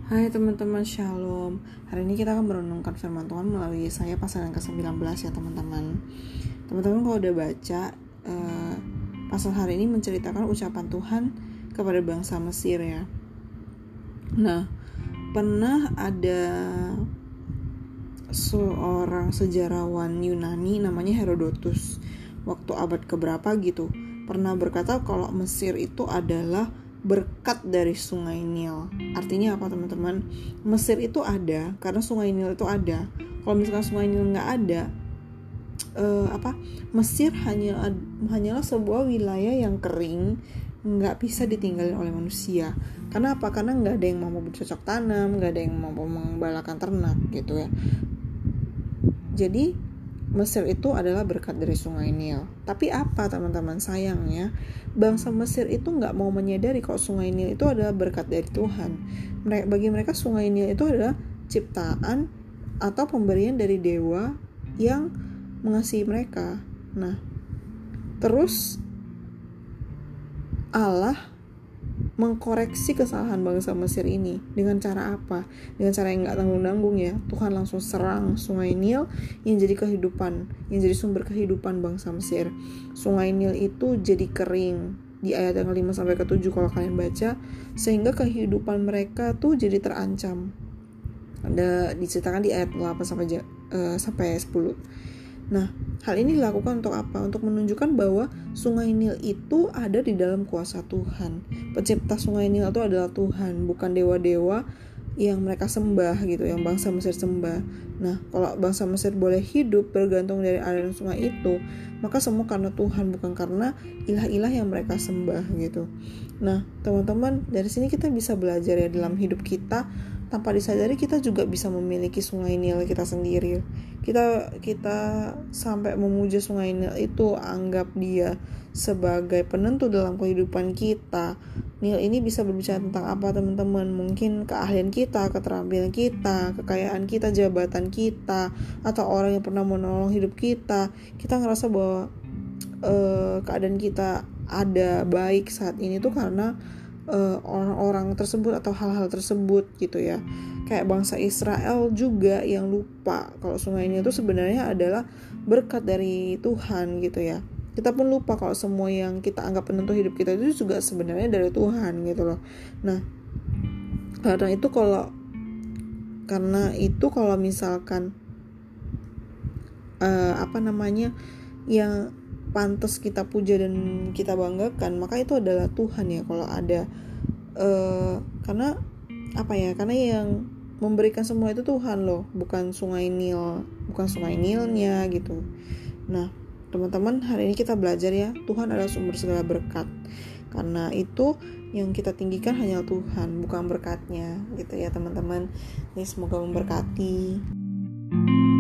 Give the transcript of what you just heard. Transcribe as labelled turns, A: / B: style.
A: Hai teman-teman, Shalom. Hari ini kita akan merenungkan firman Tuhan melalui Yesaya pasal yang ke-19 ya teman-teman. Teman-teman kalau udah baca pasal hari ini menceritakan ucapan Tuhan kepada bangsa Mesir ya. Nah, pernah ada seorang sejarawan Yunani namanya Herodotus. Waktu abad keberapa gitu, pernah berkata kalau Mesir itu adalah berkat dari sungai Nil. Artinya apa teman-teman? Mesir itu ada karena sungai Nil itu ada. Kalau misalkan sungai Nil nggak ada, Mesir hanyalah sebuah wilayah yang kering, nggak bisa ditinggalin oleh manusia. Karena apa? Karena nggak ada yang mampu bercocok tanam, nggak ada yang mampu mengembalakan ternak gitu ya. Jadi Mesir itu adalah berkat dari sungai Nil. Tapi apa teman-teman, sayangnya bangsa Mesir itu nggak mau menyadari kalau sungai Nil itu adalah berkat dari Tuhan. Bagi mereka sungai Nil itu adalah ciptaan atau pemberian dari dewa yang mengasihi mereka. Nah, terus Allah mengkoreksi kesalahan bangsa Mesir ini dengan cara apa? Dengan cara yang gak tanggung-tanggung ya. Tuhan langsung serang sungai Nil yang jadi kehidupan, yang jadi sumber kehidupan bangsa Mesir. Sungai Nil itu jadi kering di ayat yang 5-7 kalau kalian baca, sehingga kehidupan mereka tuh jadi terancam. Ada diceritakan di ayat 8-10. Nah, hal ini dilakukan untuk apa? Untuk menunjukkan bahwa sungai Nil itu ada di dalam kuasa Tuhan. Pencipta sungai Nil itu adalah Tuhan, bukan dewa-dewa yang mereka sembah gitu, yang bangsa Mesir sembah. Nah, kalau bangsa Mesir boleh hidup bergantung dari aliran sungai itu, maka semua karena Tuhan, bukan karena ilah-ilah yang mereka sembah gitu. Nah, teman-teman, dari sini kita bisa belajar ya, dalam hidup kita tanpa disadari kita juga bisa memiliki sungai Nil kita sendiri. Kita sampai memuja sungai Nil itu, anggap dia sebagai penentu dalam kehidupan kita. Nil ini bisa berbicara tentang apa teman-teman? Mungkin keahlian kita, keterampilan kita, kekayaan kita, jabatan kita, atau orang yang pernah menolong hidup kita. Kita ngerasa bahwa keadaan kita ada baik saat ini tuh karena orang-orang tersebut atau hal-hal tersebut gitu ya. Kayak bangsa Israel juga yang lupa kalau sungai Nil itu sebenarnya adalah berkat dari Tuhan gitu ya. Kita pun lupa kalau semua yang kita anggap penentu hidup kita itu juga sebenarnya dari Tuhan gitu loh. Nah, karena itu kalau misalkan yang pantas kita puja dan kita banggakan, maka itu adalah Tuhan ya. Kalau ada karena yang memberikan semua itu Tuhan loh, bukan sungai Nilnya gitu. Nah teman-teman, hari ini kita belajar ya, Tuhan adalah sumber segala berkat. Karena itu yang kita tinggikan hanya Tuhan, bukan berkatnya gitu ya teman-teman. Ini semoga memberkati.